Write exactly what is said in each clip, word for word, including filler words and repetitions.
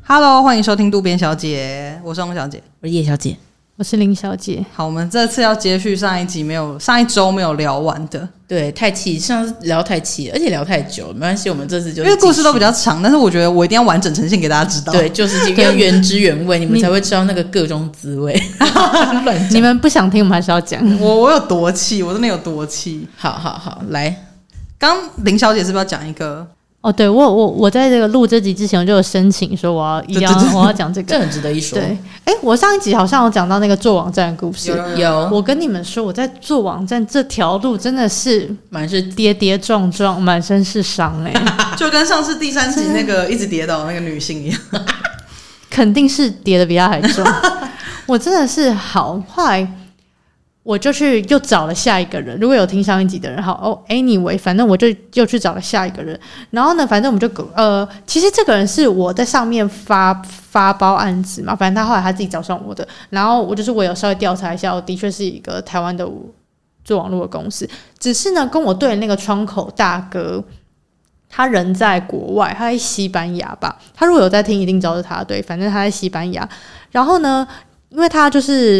Hello， 欢迎收听渡边小姐，我是翁小姐， 我是叶小姐， 我是林小姐。 好，我们这次要接续上一集没有上一周没有聊完的。 对，太气，上次聊太气了，而且聊太久，没关系，我们这次就因为故事都比较长，但是我觉得我一定要完整呈现给大家知道。 对，就是要原汁原味，你们才会知道那个各种滋味。 乱你们不想听，我们还是要讲。 我我有多气，我真的有多气。 好好好，来， 刚林小姐是不是要讲一个？ 哦，对，我我我在这个录这集之前，我就有申请说我要一定要我要讲这个， 这很值得一说。 对，哎，我上一集好像有讲到那个做网站的故事， 有有。 我跟你们说，我在做网站这条路真的是满是跌跌撞撞，满身是伤哎、欸， 就跟上次第三集那个一直跌倒的那个女性一样， 肯定是跌的比她还重。我真的是好，后来。我就去又找了下一个人，如果有听上一集的人，好哦 ，anyway， 反正我就又去找了下一个人，然后呢，反正我们就呃，其实这个人是我在上面发发包案子嘛，反正他后来他自己找上我的，然后我就是我有稍微调查一下，我的确是一个台湾的做网络的公司，只是呢，跟我对的那个窗口大哥，他人在国外，他在西班牙吧，他如果有在听，一定知道是他，对，反正他在西班牙，然后呢，因为他就是。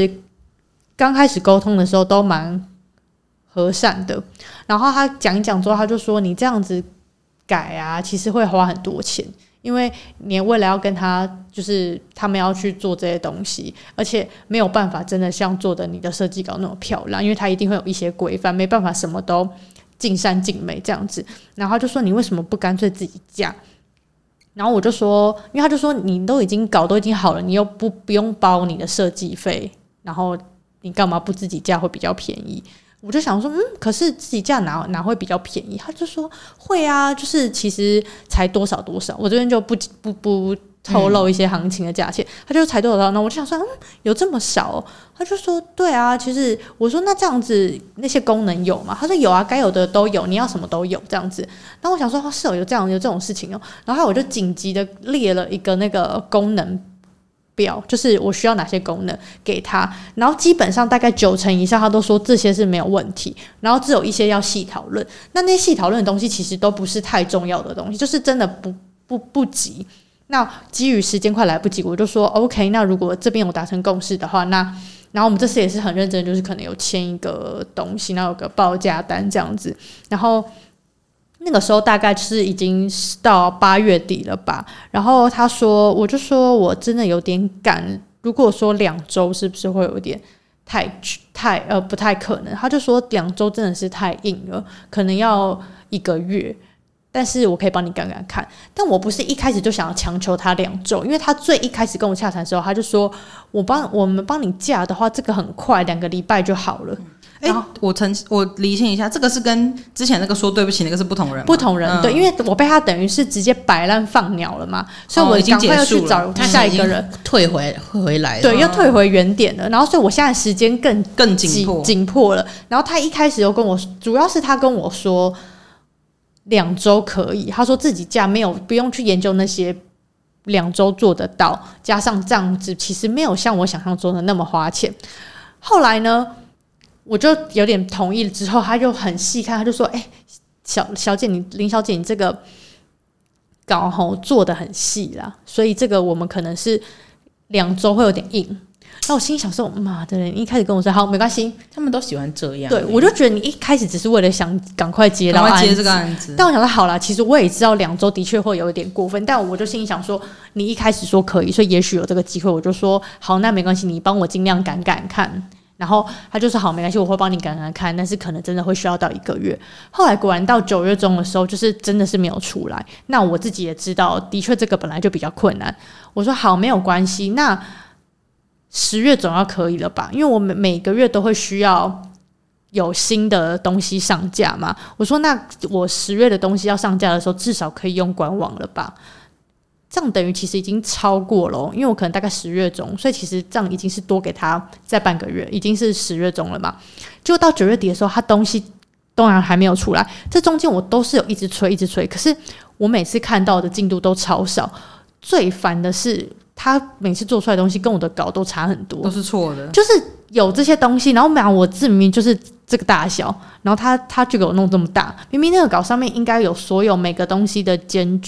刚开始沟通的时候都蛮和善的，然后他讲一讲之后，他就说：“你这样子改啊，其实会花很多钱，因为你为了要跟他，就是他们要去做这些东西，而且没有办法真的像做的你的设计稿那么漂亮，因为他一定会有一些规范，没办法什么都尽善尽美这样子。”然后他就说：“你为什么不干脆自己架？”然后我就说：“因为他就说你都已经稿都已经好了，你又不不用包你的设计费，然后。”你干嘛不自己架会比较便宜？我就想说，嗯，可是自己架哪哪会比较便宜？他就说会啊，就是其实才多少多少。我这边就不不不透露一些行情的价钱，嗯、他就才多少多少。那我就想说，嗯，有这么少、哦？他就说，对啊，其实我说那这样子那些功能有吗？他说有啊，该有的都有，你要什么都有这样子。然后我想说，哦，是哦，有这样有这种事情哦。然后我就紧急的列了一个那个功能。表就是我需要哪些功能给他，然后基本上大概九成以上他都说这些是没有问题，然后只有一些要细讨论。那那些细讨论的东西其实都不是太重要的东西，就是真的不不不急。那基于时间快来不及，我就说 OK。那如果这边有达成共识的话，那然后我们这次也是很认真，就是可能有签一个东西，然后有个报价单这样子，然后。那个时候大概是已经到八月底了吧，然后他说，我就说我真的有点赶，如果说两周是不是会有点太太呃不太可能？他就说两周真的是太硬了，可能要一个月，但是我可以帮你赶赶看。但我不是一开始就想要强求他两周，因为他最一开始跟我洽谈的时候，他就说我帮我们帮你架的话，这个很快，两个礼拜就好了。 哎、欸，我澄我厘清一下，这个是跟之前那个说对不起那个是不同人吗？ 不同人、嗯、对，因为我被他等于是直接摆烂放鸟了嘛，所以我赶快要去找下一个人， 哦、退回回来了， 对，又退回原点了。然后所以我现在时间更更紧迫紧迫了。然后他一开始又跟我，主要是他跟我说两周可以，他说自己架没有不用去研究那些。两周做得到，加上这样子，其实没有像我想象中的那么花钱。后来呢？我就有点同意了之后，他就很细看，他就说：“哎、欸，小小姐你，林小姐，你这个稿吼做得很细啦，所以这个我们可能是两周会有点硬。”那我心里想说：“妈的，你一开始跟我说好，没关系。” 他们都喜欢这样。 对，我就觉得你一开始只是为了想赶快接到案子， 赶快接这个案子。 但我想说，好啦，其实我也知道两周的确会有一点过分，但我就心里想说，你一开始说可以，所以也许有这个机会，我就说好，那没关系，你帮我尽量赶赶看。然后他就说好，没关系，我会帮你赶赶看，但是可能真的会需要到一个月。后来果然到九月中的时候，就是真的是没有出来。那我自己也知道，的确这个本来就比较困难。我说好，没有关系，那十月总要可以了吧？因为我每每个月都会需要有新的东西上架嘛。我说那我十月的东西要上架的时候，至少可以用官网了吧？这样等于其实已经超过了，因为我可能大概十月中，所以其实这样已经是多给他再半个月，已经是十月中了嘛。结果到九月底的时候，他东西当然还没有出来，这中间我都是有一直催一直催，可是我每次看到的进度都超少。最烦的是他每次做出来的东西跟我的稿都差很多， 都是错的， 就是有这些东西，然后我字明明就是这个大小，然后他他就给我弄这么大，明明那个稿上面应该有所有每个东西的间距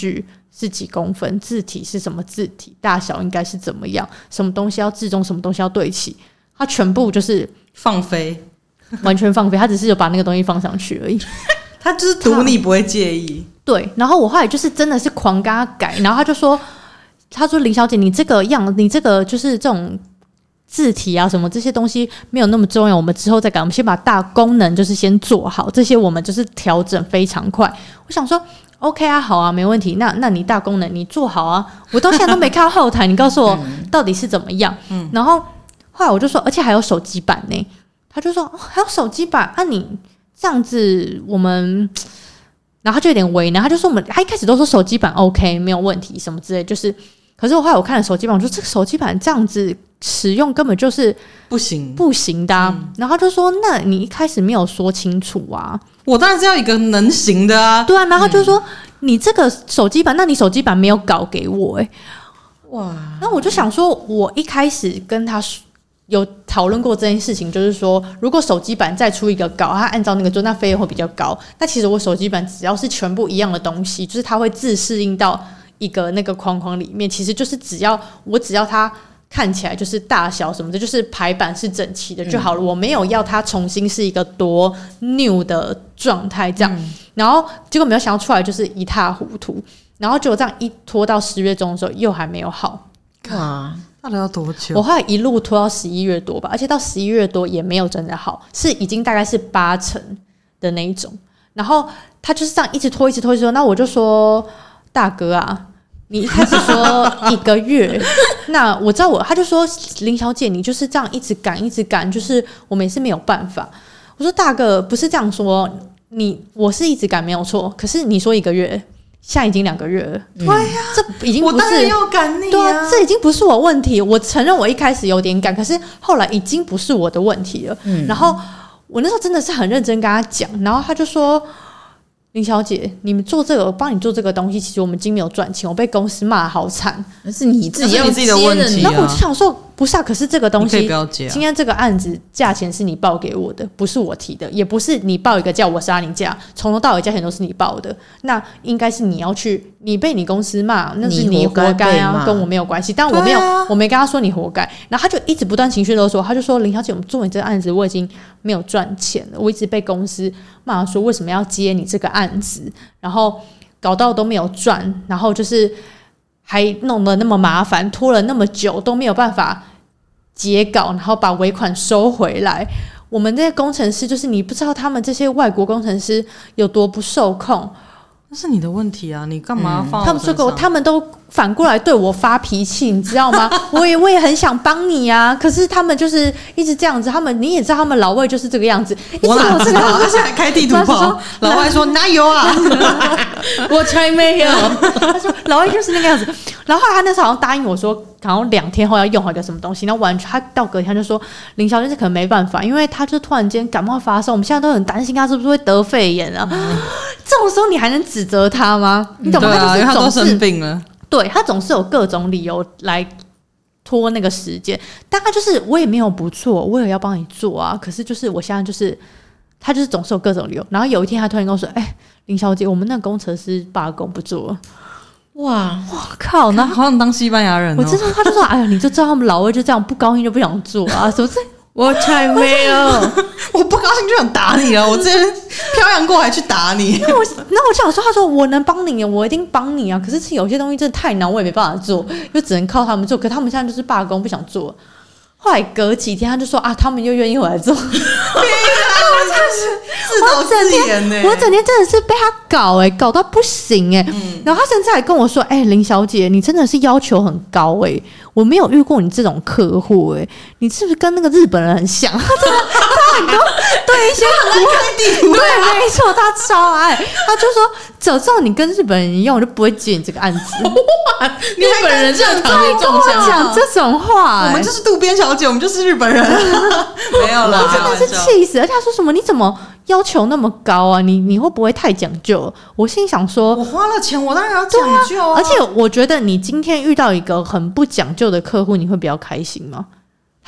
是几公分，字体是什么字体，大小应该是怎么样，什么东西要置中，什么东西要对齐，他全部就是放飞， 完全放飞，他只是有把那个东西放上去而已。 他就是图你不会介意。 对，然后我后来就是真的是狂跟他改，然后他就说，他说林小姐，你这个样，你这个就是这种字体啊什么这些东西没有那么重要，我们之后再改，我们先把大功能就是先做好，这些我们就是调整非常快。我想说 OK 啊，好啊，没问题，那那你大功能你做好啊，我到现在都没看到后台，你告诉我到底是怎么样。嗯，然后后来我就说，而且还有手机版呢，他就说、哦、还有手机版啊，你这样子我们，然后他就有点为难，他就说我们，他一开始都说手机版 OK 没有问题什么之类，就是，可是我后来我看了手机版，我说这个手机版这样子使用根本就是不行不行的、啊嗯，然后他就说那你一开始没有说清楚啊， 我当然是要一个能行的啊， 对啊，然后他就说、嗯、你这个手机版，那你手机版没有搞给我哎、欸，哇，那我就想说，我一开始跟他说。有讨论过这件事情，就是说，如果手机版再出一个稿，它按照那个做，那费用会比较高。那其实我手机版只要是全部一样的东西，就是它会自适应到一个那个框框里面，其实就是只要我只要它看起来就是大小什么的，就是排版是整齐的就好了。嗯、我没有要它重新是一个多 new 的状态这样、嗯。然后结果没有想到出来就是一塌糊涂，然后结果这样一拖到十月中的时候又还没有好。 哇！到底要多久？ 我后来一路拖到十一月多吧，而且到十一月多也没有真的好，是已经大概是八成的那一种。然后他就是这样一直拖，一直拖，一直拖。那我就说大哥啊，你一开始说一个月，那我知道我，他就说林小姐，你就是这样一直赶，一直赶，就是我们也是没有办法。我说大哥不是这样说，你我是一直赶没有错，可是你说一个月。现在已经两个月了，对呀、嗯，这已经不是我当然要赶你、啊， 对啊，这已经不是我问题。我承认我一开始有点赶，可是后来已经不是我的问题了。嗯，然后我那时候真的是很认真跟他讲，然后他就说：“林小姐，你们做这个，我帮你做这个东西，其实我们已经没有赚钱，我被公司骂好惨， 那是你自己要接的问题、啊。” 然后我就想说。不是啊，可是这个东西， 啊、 今天这个案子价钱是你报给我的，不是我提的，也不是你报一个价我杀你价，从头到尾价钱都是你报的，那应该是你要去，你被你公司骂，那是你活该啊，跟我没有关系。但我没有，啊、我没跟他说你活该，然后他就一直不断情绪勒索，他就说林小姐，我们做你这个案子，我已经没有赚钱了，我一直被公司骂说为什么要接你这个案子，然后搞到都没有赚，然后就是还弄得那么麻烦，拖了那么久都没有办法。结稿，然后把尾款收回来。我们这些工程师，就是你不知道他们这些外国工程师有多不受控， 那是你的问题啊！你干嘛放、嗯？ 他们说过，他们都反过来对我发脾气，你知道吗？我也我也很想帮你啊，可是他们就是一直这样子。他们你也知道，他们老外就是这个样子。 我哪知道？他现在开地图炮，老外说哪有啊？ 我才没有。他说老外就是那个样子。然后后来他那时候好像答应我说，好像两天后要用好一个什么东西，然后完全他到隔天就说林小姐这可能没办法，因为他就突然间感冒发烧，我们现在都很担心他是不是会得肺炎啊。嗯、这种时候你还能指责他吗？你懂吗？ 对啊， 他就是因为他都生病了。 对，他总是有各种理由来拖那个时间，但他就是我也没有不做，我也要帮你做啊。可是就是我现在就是他就是总是有各种理由。然后有一天他突然跟我说：“哎、欸，林小姐，我们那个工程师罢工不做了。”哇，我靠！那好想当西班牙人、哦。 我知道，他就说：“哎呀，你就知道他们老外就这样不高兴就不想做啊，什么这。” 我才没有， 我不高兴就想打你了。我之前漂洋过海去打你。 那我，那我想说，他说我能帮你，我一定帮你啊。可是有些东西真的太难，我也没办法做，就只能靠他们做。可他们现在就是罢工，不想做。后来隔几天，他就说啊，他们又愿意回来做。 自导自演呢、欸， 我整天真的是被他搞哎、欸，搞到不行哎、欸嗯。然后他甚至还跟我说：“哎、欸，林小姐，你真的是要求很高哎、欸，我没有遇过你这种客户哎、欸，你是不是跟那个日本人很像？他真的，他很多对一些很爱看地图、啊， 对，没错，他超爱。他就说，早知道你跟日本人一样，我就不会接你这个案子。 哇，日本人这样躺着中枪， 讲这种话、欸， 我们就是渡边小姐，我们就是日本人，没有啦， 我真的是气死。而且他说什么？你怎么要求那么高啊？你你会不会太讲究？我心想说， 我花了钱，我当然要讲究啊。 而且我觉得你今天遇到一个很不讲究的客户，你会比较开心吗？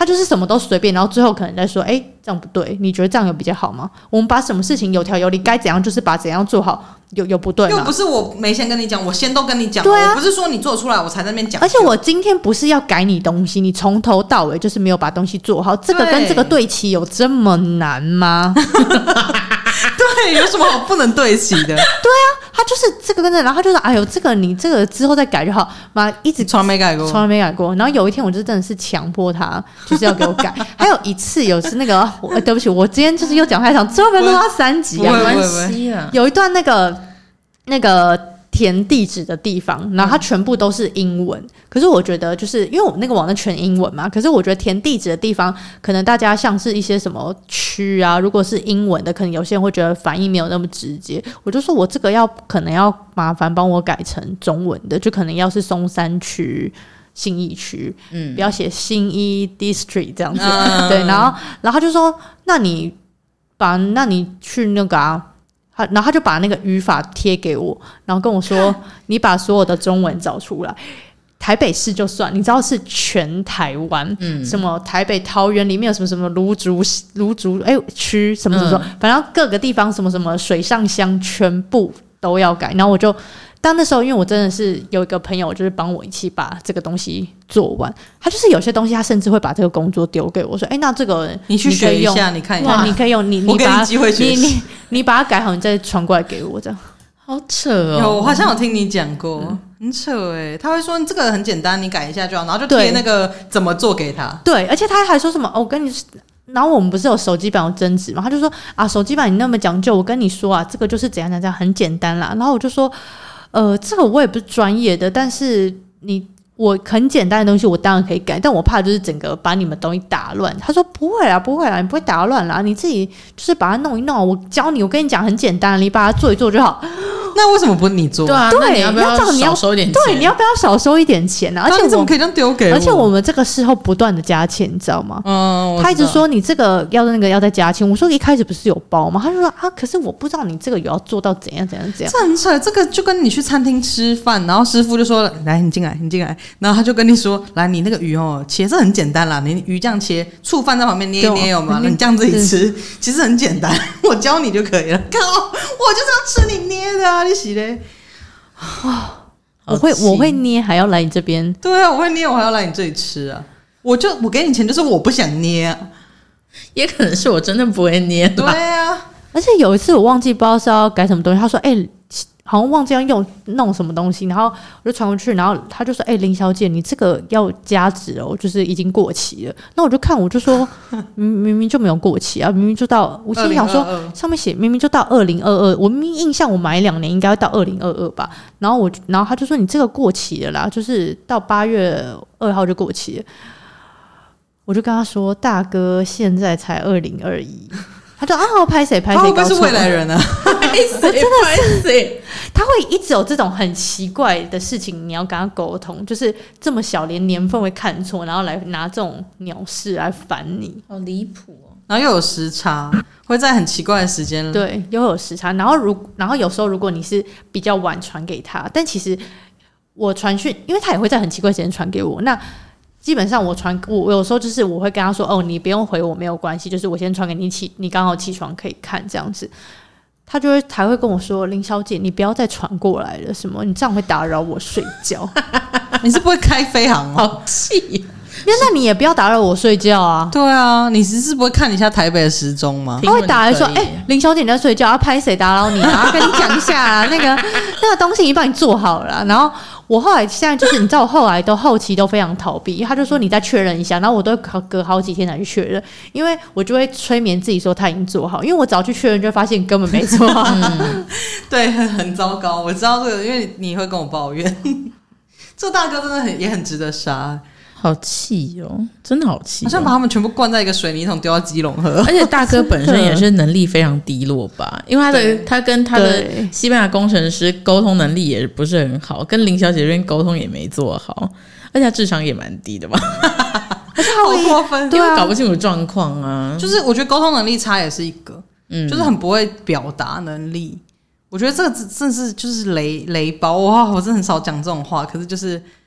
他就是什么都随便，然后最后可能在说，哎、欸，这样不对，你觉得这样有比较好吗？我们把什么事情有条有理，该怎样就是把怎样做好，有有不对吗？ 又不是我没先跟你讲，我先都跟你讲， 对啊， 我不是说你做出来我才在那边讲。 而且我今天不是要改你东西，你从头到尾就是没有把东西做好，这个跟这个对齐有这么难吗？ 对，有什么好不能对齐的？对啊，他就是这个跟这个，然后他就说：“哎呦，这个你这个之后再改就好。”妈，一直从来没改过， 从来没改过。然后有一天，我就真的是强迫他，就是要给我改。还有一次，有是那个，呃、对不起，我今天就是又讲太长，最后面录到三集啊， 没关系啊。 有一段那个那个。填地址的地方，然后它全部都是英文。可是我觉得，就是因为我们那个网站全英文嘛，可是我觉得填地址的地方，可能大家像是一些什么区啊，如果是英文的，可能有些人会觉得反应没有那么直接。我就说我这个要可能要麻烦帮我改成中文的，就可能要是松山区。信义区，嗯，不要写信义 district 这样子，嗯、对，然后，然后他就说，那你把，那你去那个啊。然后他就把那个语法贴给我，然后跟我说：“你把所有的中文找出来，台北市就算，你知道是全台湾，嗯，什么台北、桃园里面有什么什么芦竹、芦竹哎区什么什么，嗯、反正各个地方什么什么水上乡全部都要改。”然后我就。但那时候，因为我真的是有一个朋友，就是帮我一起把这个东西做完。他就是有些东西，他甚至会把这个工作丢给我，说：“哎、欸，那这个你去学一下，你看一下， 你可以用，你你把你你你把它改好，你再传过来给我，这样。” 好扯哦！ 有，我好像有听你讲过，嗯、很扯哎。他会说你这个很简单，你改一下就好，然后就贴那个怎么做给他。 对，而且他还说什么？哦、我跟你。然后我们不是有手机版有争执嘛？他就说啊，手机版你那么讲究，我跟你说啊，这个就是怎样怎样，很简单啦。然后我就说。呃，这个我也不是专业的，但是你我很简单的东西，我当然可以改，但我怕就是整个把你们东西打乱。他说不会啦，不会啦，你不会打乱啦，你自己就是把它弄一弄，我教你，我跟你讲很简单，你把它做一做就好。 那为什么不是你做？ 对啊， 对， 那你要不要少收一点钱？ 对，你要不要少收一点钱呢、啊？而且你怎么可以这样丢给我？ 而且我们这个事后不断的加钱，你知道吗？ 嗯， 他一直说你这个要那个要再加钱。我说一开始不是有包吗？他就说啊，可是我不知道你这个有要做到怎样怎样怎样。 这很扯，这个就跟你去餐厅吃饭，然后师傅就说来你进来，你进来，然后他就跟你说来你那个鱼哦切这很简单啦，你鱼这样切，醋饭在旁边捏一捏有吗？你这样自己吃，其实很简单，我教你就可以了。靠，我就是要吃你捏的啊，你洗嘞。 哇，我会我会捏，还要来你这边？ 对啊，我会捏，我还要来你这里吃啊！我就我给你钱，就是我不想捏啊， 也可能是我真的不会捏吧。 对啊， 而且有一次我忘记不知道是要改什么东西，他说：“哎、欸，好像忘记要用弄什么东西。”然后我就传过去，然后他就说：“哎、欸，林小姐，你这个要加值哦，就是已经过期了。”那我就看，我就说明明明就没有过期啊，明明就到。我心里想说，上面写明明就到二零二二，我明明印象我买两年应该会到二零二二吧。然后我，然后他就说：“你这个过期了啦，就是到八月二号就过期了。”我就跟他说：“大哥，现在才二零二一。”他就啊，拍谁拍谁， 他会不会是未来人啊？ 拍谁拍谁？ 他会一直有这种很奇怪的事情，你要跟他沟通，就是这么小连年份会看错，然后来拿这种鸟事来烦你， 好离谱哦！ 然后又有时差，会在很奇怪的时间， 对，又有时差。然后如然后有时候如果你是比较晚传给他，但其实我传讯，因为他也会在很奇怪的时间传给我，那。基本上我传我我有时候就是我会跟他说哦，你不用回我没有关系，就是我先传给你起，你刚好起床可以看这样子。他就会还会跟我说林小姐，你不要再传过来了，什么你这样会打扰我睡觉。 你是不会开飞航哦？ 好气！ 那你也不要打扰我睡觉啊。 对啊，你是是不会看一下台北的时钟吗？ 他会打来说，哎、欸，林小姐你在睡觉，要拍谁打扰你啊？跟你讲一下啊，那个那个东西已经帮你做好了，然后。我后来现在就是，你知道，我后来都后期都非常逃避。他就说你再确认一下，然后我都隔好几天才去确认，因为我就会催眠自己说他已经做好，因为我只要去确认，就发现根本没做好。 嗯、对，很糟糕。我知道这个，因为你会跟我抱怨，这大哥真的很也很值得杀。 好气哦，真的好气、哦！ 好像把他们全部灌在一个水泥桶丢到基隆河， 而且大哥本身也是能力非常低落吧，因为他的他跟他的西班牙工程师沟通能力也不是很好，跟林小姐这边沟通也没做好，而且他智商也蛮低的吧， 而且好过分， 因为搞不清楚状况啊。 就是我觉得沟通能力差也是一个，嗯，就是很不会表达能力。我觉得这个真是就是雷雷包哇！我真的很少讲这种话，可是就是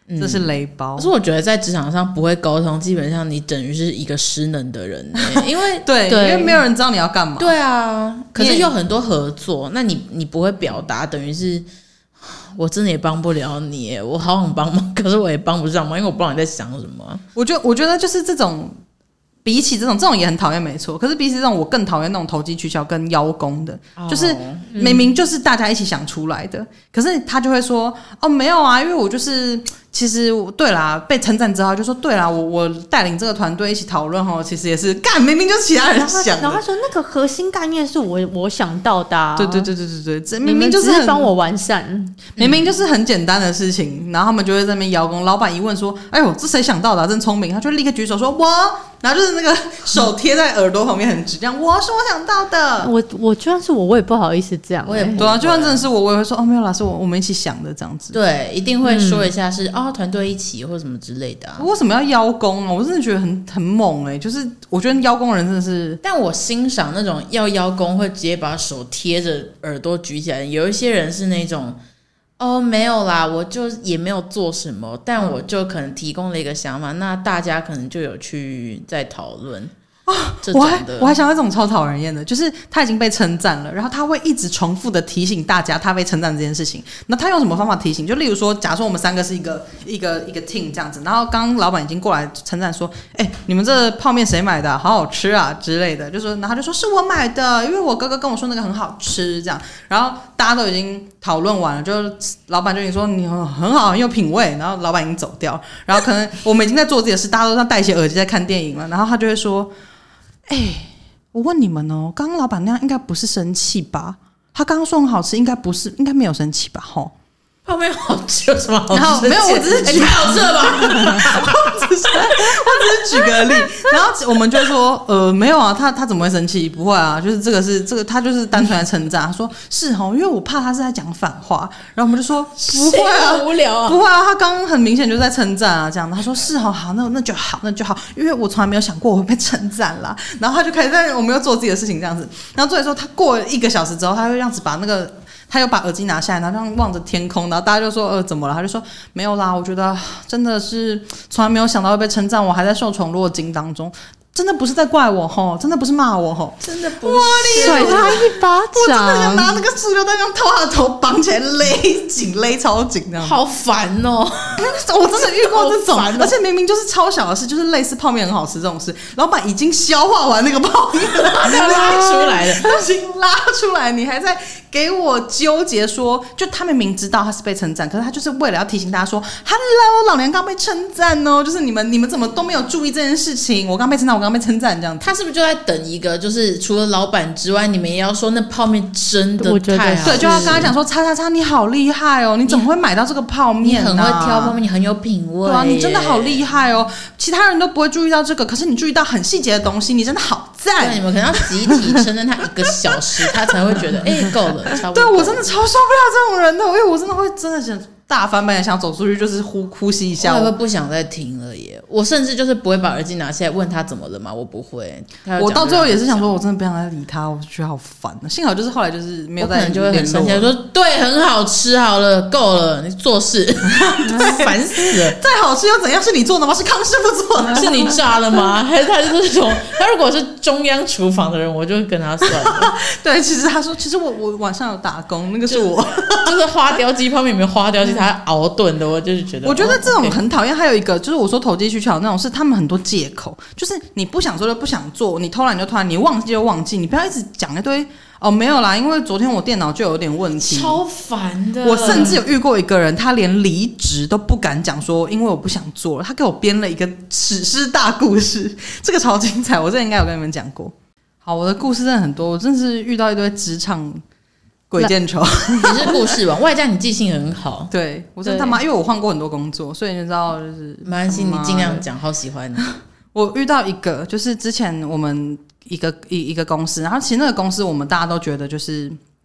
这是雷包。 可是我觉得在职场上不会沟通，基本上你等于是一个失能的人、欸，因为对，因为没有人知道你要干嘛。 对啊，可是有很多合作，那你你不会表达，等于是我真的也帮不了你，我好想帮忙，可是我也帮不上忙，因为我不知道你在想什么。 我觉得我觉得就是这种。比起这种，这种也很讨厌，没错。可是比起这种，我更讨厌那种投机取巧跟邀功的，哦、就是明明就是大家一起想出来的，嗯、可是他就会说：“哦，没有啊，因为我就是其实对啦，被称赞之后就说对啦，我我带领这个团队一起讨论哦，其实也是干，明明就是其他人想的。” 然后他说：“那个核心概念是我我想到的、啊。” 对对对对对对，明明就是帮我完善， 明明就是很简单的事情，然后他们就会在那边邀功。老板一问说：“哎呦，这谁想到的、啊？真聪明！”他就立刻举手说：“我。”然后就是那个手贴在耳朵旁边很直，这样我是我想到的。 我我就算是我，我也不好意思这样、欸， 我也不对啊，就算真的是我，我也会说哦，没有啦，是我我们一起想的这样子。 对，一定会说一下是、嗯、哦，团队一起或什么之类的、啊。 为什么要邀功啊？我真的觉得很很猛哎、欸，就是我觉得邀功人真的是， 但我欣赏那种要邀功会直接把手贴着耳朵举起来，有一些人是那种。哦，没有啦，我就也没有做什么，但我就可能提供了一个想法，嗯、那大家可能就有去在讨论啊。我还我还想到一种超讨人厌的，就是他已经被称赞了，然后他会一直重复的提醒大家他被称赞这件事情。那他用什么方法提醒？就例如说，假如说我们三个是一个一个一个 team 这样子，然后刚刚老板已经过来称赞说：“哎、欸，你们这泡面谁买的、啊？好好吃啊之类的。”就说，然后他就说是我买的，因为我哥哥跟我说那个很好吃，这样。然后大家都已经讨论完了，就老板就已经说你很好，很有品味。然后老板已经走掉，然后可能我们已经在做自己的事，大家都在戴一些耳机在看电影了。然后他就会说。哎、欸，我问你们哦，刚刚老板那样应该不是生气吧？他刚刚说很好吃，应该不是，应该没有生气吧？吼， 泡面好吃有什么好吃？ 然后没有，我只是举、 欸、太好吃了吧？ 我只是我只是举个例，然后我们就说呃没有啊，他他怎么会生气？不会啊，就是这个是这个，他就是单纯来称赞。他说是哦，因为我怕他是在讲反话，然后我们就说不会啊， 无聊啊， 不会啊，他刚刚很明显就在称赞啊，这样。他说是哦，好，那那就好，那就好，因为我从来没有想过我会被称赞啦。然后他就开始在我们又做自己的事情这样子，然后做的时候，他过了一个小时之后，他会这样子把那个。他又把耳机拿下来，然后这样望着天空，然后大家就说：“呃，怎么了？”他就说：“没有啦，我觉得真的是从来没有想到会被称赞，我还在受宠若惊当中。”真的不是在怪我吼，真的不是骂我吼， 真的不是甩他一巴掌， 我真的想拿那个塑料袋这样套他的头绑起来勒紧，勒超紧这样。 好烦哦！ 我真的遇过这种，而且明明就是超小的事，就是类似泡面很好吃这种事，老板已经消化完那个泡面了， 拉出来了， 已经拉出来，你还在给我纠结说，就他明明知道他是被称赞，可是他就是为了要提醒大家说 ，Hello， 老娘刚被称赞哦，就是你们你们怎么都没有注意这件事情，我刚被称赞，我。刚被称赞这样子， 他是不是就在等一个？就是除了老板之外，你们也要说那泡面真的太好， 对，就要跟他讲说，叉叉叉，你好厉害哦！你怎么会买到这个泡面、啊？ 你很会挑泡面，你很有品味， 对啊，你真的好厉害哦！其他人都不会注意到这个，可是你注意到很细节的东西，你真的好赞！ 对，你们可能要集体称赞他一个小时，他才会觉得哎，够了，差不多。 对我真的超受不了这种人的，因为我真的会真的想。大翻白眼想走出去，就是呼呼吸一下。 我会不想再听了耶！我甚至就是不会把耳机拿下来问他怎么了嘛，我不会。 我到最后也是想说，我真的不想再理他，我觉得好烦啊。幸好就是后来就是没有再可能就会很生气，说对，很好吃，好了，够了，你做事，烦死了。 再好吃又怎样？是你做的吗？是康师傅做的？ 是你炸的吗？还是他就是这种？他如果是中央厨房的人，我就跟他算了。 对，其实他说，其实我我晚上有打工，那个是我， 就是花雕鸡泡面里面花雕鸡。他熬炖的，我就是觉得， 我觉得这种很讨厌。还有一个就是我说投机取巧那种，是他们很多借口，就是你不想做就不想做，你偷懒就偷懒，你忘记就忘记，你不要一直讲一堆哦没有啦，因为昨天我电脑就有点问题， 超烦的。 我甚至有遇过一个人，他连离职都不敢讲，说因为我不想做了，他给我编了一个史诗大故事，这个超精彩，我这应该有跟你们讲过。好，我的故事真的很多，我真是遇到一堆职场。鬼见愁， 你是故事王，外加你记性很好。 对我真的他妈，因为我换过很多工作，所以你知道就是没关系，你尽量讲，好喜欢你。 我遇到一个，就是之前我们一个一一个公司，然后其实那个公司我们大家都觉得就是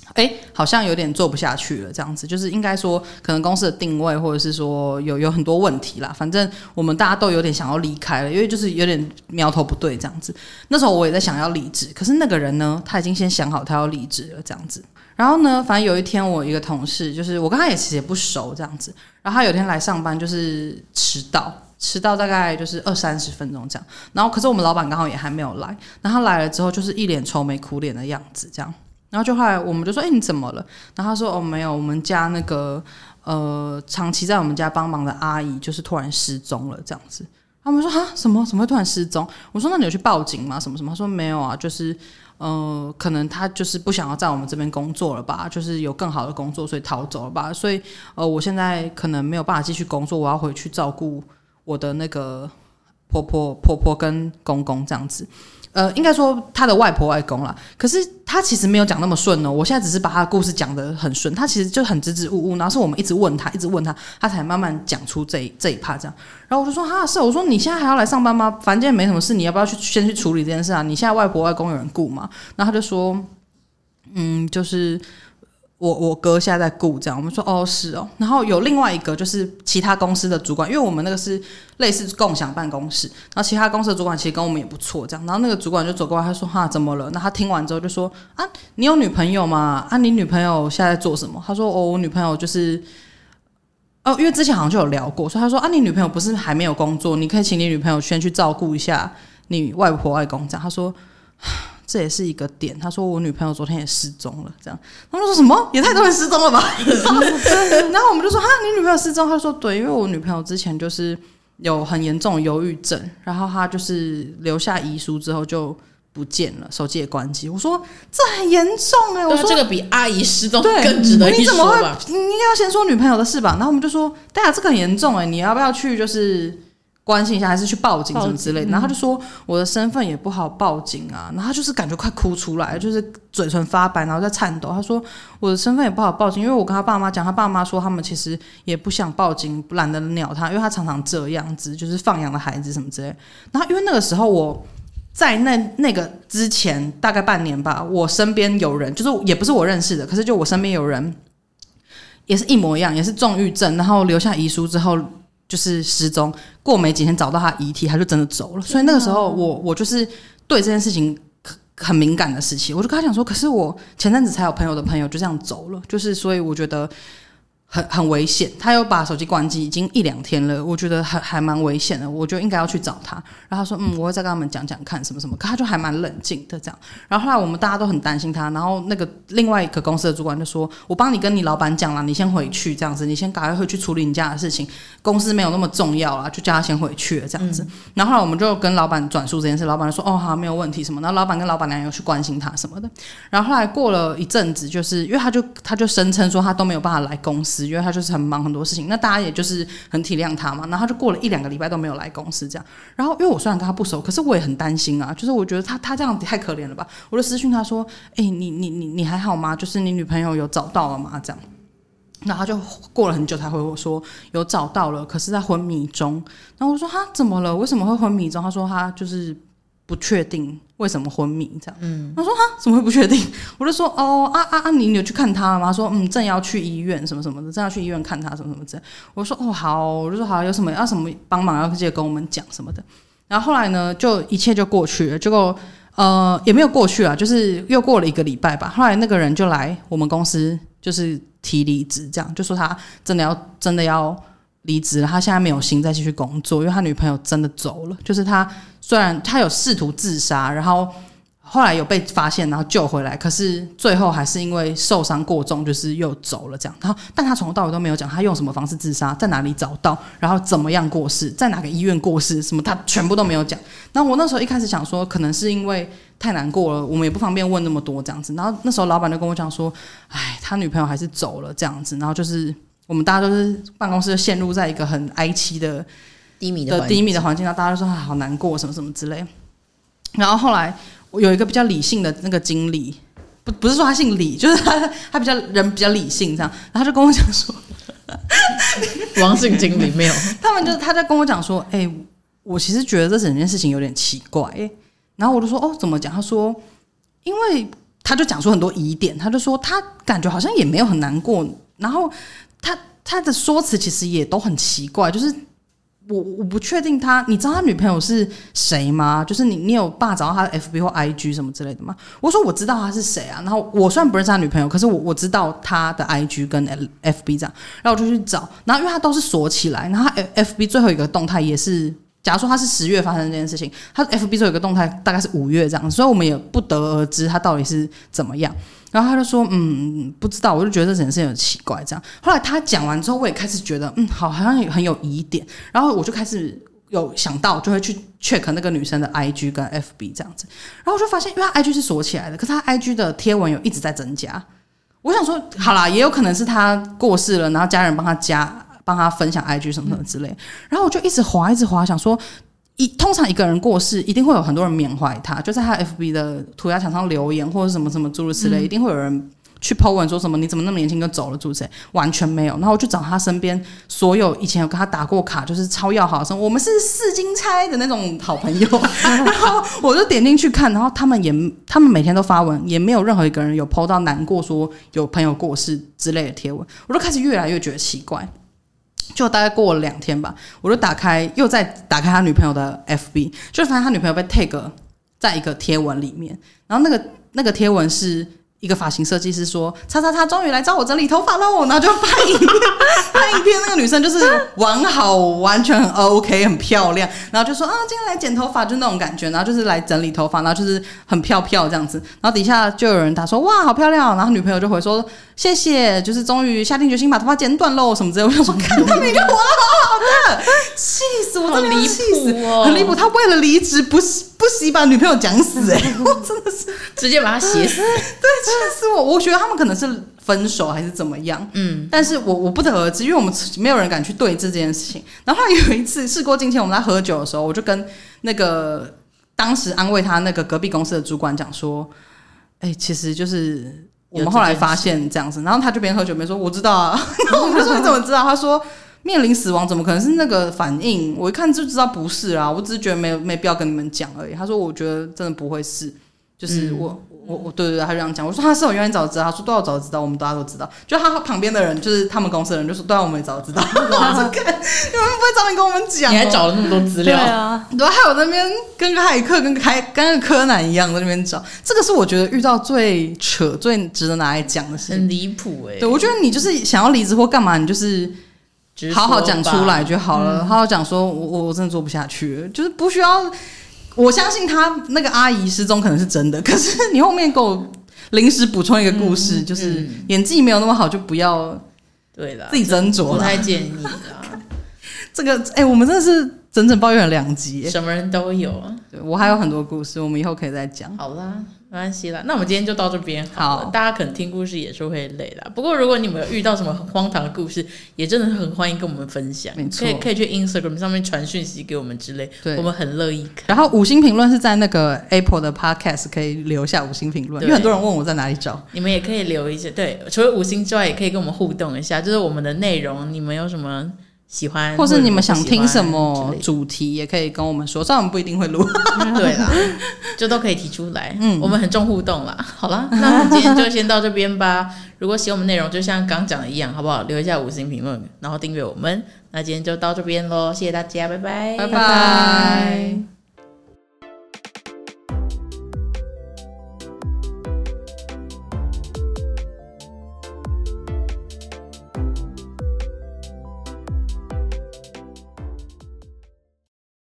哎，好像有点做不下去了，这样子，就是应该说，可能公司的定位，或者是说有有很多问题啦。反正我们大家都有点想要离开了，因为就是有点苗头不对这样子。那时候我也在想要离职，可是那个人呢，他已经先想好他要离职了这样子。然后呢，反正有一天我一个同事，就是我跟他也其实也不熟这样子，然后他有一天来上班就是迟到。迟到大概就是二三十分钟这样，然后可是我们老板刚好也还没有来，然后他来了之后就是一脸愁眉苦脸的样子这样。然后就后来我们就说，哎、欸，你怎么了？然后他说，哦，没有，我们家那个呃，长期在我们家帮忙的阿姨就是突然失踪了，这样子。他们说，哈，什么？怎么会突然失踪？我说，那你有去报警吗？什么什么？他说没有啊，就是呃，可能他就是不想要在我们这边工作了吧，就是有更好的工作，所以逃走了吧。所以呃，我现在可能没有办法继续工作，我要回去照顾我的那个婆婆、婆婆跟公公这样子。呃，应该说他的外婆外公啦，可是他其实没有讲那么顺哦。我现在只是把他的故事讲得很顺，他其实就很支支吾吾，然后是我们一直问他，一直问他，他才慢慢讲出这一这一 part 这样。然后我就说哈，是，我说你现在还要来上班吗？反正也没什么事，你要不要去先去处理这件事啊？你现在外婆外公有人顾吗？然后他就说，嗯，就是。我我哥现在在顾这样，我们说哦是哦，然后有另外一个就是其他公司的主管，因为我们那个是类似共享办公室，然后其他公司的主管其实跟我们也不错这样，然后那个主管就走过来，他说哈怎么了？那他听完之后就说啊你有女朋友吗？啊你女朋友现在在做什么？他说哦我女朋友就是哦因为之前好像就有聊过，所以他说啊你女朋友不是还没有工作，你可以请你女朋友先去照顾一下你外婆外公这样，他说。这也是一个点，他说我女朋友昨天也失踪了，这样他们说什么也太多人失踪了吧？然后我们就说哈，你女朋友失踪？他说对，因为我女朋友之前就是有很严重的忧郁症，然后她就是留下遗书之后就不见了，手机也关机。我说这很严重哎、欸，我说这个比阿姨失踪更值得一说吧？你怎么会？ 你应该要先说女朋友的事吧？然后我们就说，对啊，这个很严重哎、欸，你要不要去就是？关心一下，还是去报警什么之类的。然后他就说我的身份也不好报警啊，然后他就是感觉快哭出来，就是嘴唇发白，然后在颤抖。他说我的身份也不好报警，因为我跟他爸妈讲，他爸妈说他们其实也不想报警，懒得鸟他，因为他常常这样子，就是放养的孩子什么之类的。然后因为那个时候我在那那个之前大概半年吧，我身边有人，就是也不是我认识的，可是就我身边有人也是一模一样，也是重郁症，然后留下遗书之后。就是失踪，过没几天找到他遗体，他就真的走了。所以那个时候我，我我就是对这件事情很敏感的事情，我就跟他讲说，可是我前阵子才有朋友的朋友就这样走了，就是所以我觉得很很危险。他又把手机关机，已经一两天了，我觉得还还蛮危险的，我就应该要去找他。然后他说，嗯，我会再跟他们讲讲看什么什么，可他就还蛮冷静的这样。然后后来我们大家都很担心他，然后那个另外一个公司的主管就说，我帮你跟你老板讲了，你先回去这样子，你先赶快回去处理你家的事情，公司没有那么重要啦，就叫他先回去了这样子。嗯、然后后来我们就跟老板转述这件事，老板就说，哦好，没有问题什么。然后老板跟老板娘有去关心他什么的。然后后来过了一阵子，就是因为他就他就声称说他都没有办法来公司，因为他就是很忙很多事情。那大家也就是很体谅他嘛。然后他就过了一两个礼拜都没有来公司这样。然后因为我虽然跟他不熟，可是我也很担心啊，就是我觉得他他这样太可怜了吧。我就私讯他说，哎、欸，你你你你还好吗？就是你女朋友有找到了吗？这样。然后他就过了很久才回我说有找到了，可是在昏迷中。然后我说哈怎么了？为什么会昏迷中？他说他就是不确定为什么昏迷这样。嗯，他说哈怎么会不确定？我就说哦啊啊啊，你有去看他了吗？他说嗯正要去医院什么什么的，正要去医院看他什么什么之类。我说哦好，我就说好，有什么要什么帮忙要记得跟我们讲什么的。然后后来呢，就一切就过去了。结果呃也没有过去啊，就是又过了一个礼拜吧。后来那个人就来我们公司，就是提离职，这样就说他真的要真的要离职了，他现在没有心再继续工作，因为他女朋友真的走了。就是他虽然他有试图自杀，然后后来有被发现，然后救回来，可是最后还是因为受伤过重，就是又走了这样。然后，但他从头到尾都没有讲他用什么方式自杀，在哪里找到，然后怎么样过世，在哪个医院过世，什么他全部都没有讲。然后我那时候一开始想说，可能是因为太难过了，我们也不方便问那么多这样子。然后那时候老板就跟我讲说，哎，他女朋友还是走了这样子。然后就是我们大家都是办公室就陷入在一个很哀凄的低迷的低迷的环境，然后大家都说、啊、好难过什么什么之类。然后后来我有一个比较理性的那个经理，不不是说他姓李，就是他他比较人比较理性这样，然后他就跟我讲说， 王姓经理没有， 他们就他在跟我讲说，哎、欸，我其实觉得这整件事情有点奇怪、欸，然后我就说哦怎么讲？他说因为他就讲出很多疑点，他就说他感觉好像也没有很难过，然后他他的说辞其实也都很奇怪，就是我我不确定他，你知道他女朋友是谁吗？就是你你有办法找到他的 F B 或 I G 什么之类的吗？我说我知道他是谁啊，然后我虽然不认识他女朋友，可是我我知道他的 I G 跟 F B 这样，然后我就去找，然后因为他都是锁起来，然后他 F B 最后一个动态也是。假如说他是十月发生这件事情，他 F B 最后有一个动态大概是五月这样，所以我们也不得而知他到底是怎么样。然后他就说，嗯，不知道，我就觉得这件事情很奇怪这样。后来他讲完之后，我也开始觉得，嗯，好，好像很有疑点。然后我就开始有想到，就会去 check 那个女生的 I G 跟 F B 这样子。然后我就发现，因为他 I G 是锁起来的，可是他 I G 的贴文有一直在增加。我想说，好啦，也有可能是他过世了，然后家人帮他加。帮他分享 I G 什么什么之类，然后我就一直滑一直滑，想说一通常一个人过世，一定会有很多人缅怀他，就在他 F B 的涂鸦墙上留言或者什么什么诸如此类，嗯、一定会有人去 po 文说什么你怎么那么年轻就走了诸如此类，完全没有。然后我就找他身边所有以前有跟他打过卡，就是超要好的，我们是四金钗的那种好朋友，然后我就点进去看，然后他们也他们每天都发文，也没有任何一个人有 po 到难过说有朋友过世之类的贴文，我就开始越来越觉得奇怪。就大概过了两天吧，我就打开又再打开他女朋友的 F B， 就发现他女朋友被 tag 在一个贴文里面，然后那个那个贴文是一个发型设计师说叉叉叉终于来找我整理头发喽，然后就拍影片，拍影片那个女生就是完好，完全很 OK， 很漂亮，然后就说啊今天来剪头发就那种感觉，然后就是来整理头发，然后就是很漂漂这样子，然后底下就有人打说哇好漂亮，然后女朋友就回说谢谢，就是终于下定决心把头发剪短喽什么之类的。我想说看他们已经活得好好的，气死我，真的气死， 哦、 很离谱。他为了离职不不惜把女朋友讲死、欸，哎，我真的是直接把他写死。对， 气死我！我觉得他们可能是分手还是怎么样，嗯，但是我我不得而知，因为我们没有人敢去对峙这件事情。然后后来有一次事过境迁，我们在喝酒的时候，我就跟那个当时安慰他那个隔壁公司的主管讲说，哎、欸，其实就是我们后来发现这样子，然后他就边喝酒边说我知道啊，然后我们就说你怎么知道？他说面临死亡怎么可能是那个反应？我一看就知道不是啊，我只是觉得没有没必要跟你们讲而已。他说我觉得真的不会是。就是我、嗯、我我对对对，他就这样讲。我说他是我原来早知道，他说对啊，我早知道，我们大家都知道。就他旁边的人，就是他们公司的人，就说对啊，我们也早知道。我说看，你们不会早点跟我们讲、哦？ 你还找了那么多资料？ 对啊， 对，还有那边跟个骇客、跟开跟个柯南一样在那边找。这个是我觉得遇到最扯、最值得拿来讲的事情， 很离谱哎。 对，我觉得你就是想要离职或干嘛，你就是好好讲出来就好了，嗯、好好讲说我我真的做不下去了，就是不需要。我相信他那个阿姨失踪可能是真的，可是你后面给我临时补充一个故事，嗯、就是演技没有那么好，就不要对了， 自己斟酌了， 不太建议啦。 这个哎、欸，我们真的是整整抱怨了两集， 什么人都有啊。 对，我还有很多故事，我们以后可以再讲。 好啦。没关系啦，那我们今天就到这边好了。 好， 大家可能听故事也是会累啦。不过如果你们有遇到什么很荒唐的故事，也真的很欢迎跟我们分享。 没错， 可以可以去 Instagram 上面传讯息给我们之类，对，我们很乐意看。 然后五星评论是在那个 Apple 的 Podcast 可以留下五星评论，因为很多人问我在哪里找， 你们也可以留一些。对，除了五星之外，也可以跟我们互动一下，就是我们的内容，你们有什么喜欢， 或是你们想听什么主题，也可以跟我们说。虽然我们不一定会录， 对啦，就都可以提出来。嗯，我们很重互动啦。好啦，那我们今天就先到这边吧。如果喜欢我们内容，就像刚讲的一样，好不好？留一下五星评论，然后订阅我们。那今天就到这边咯，谢谢大家，拜拜， 拜拜。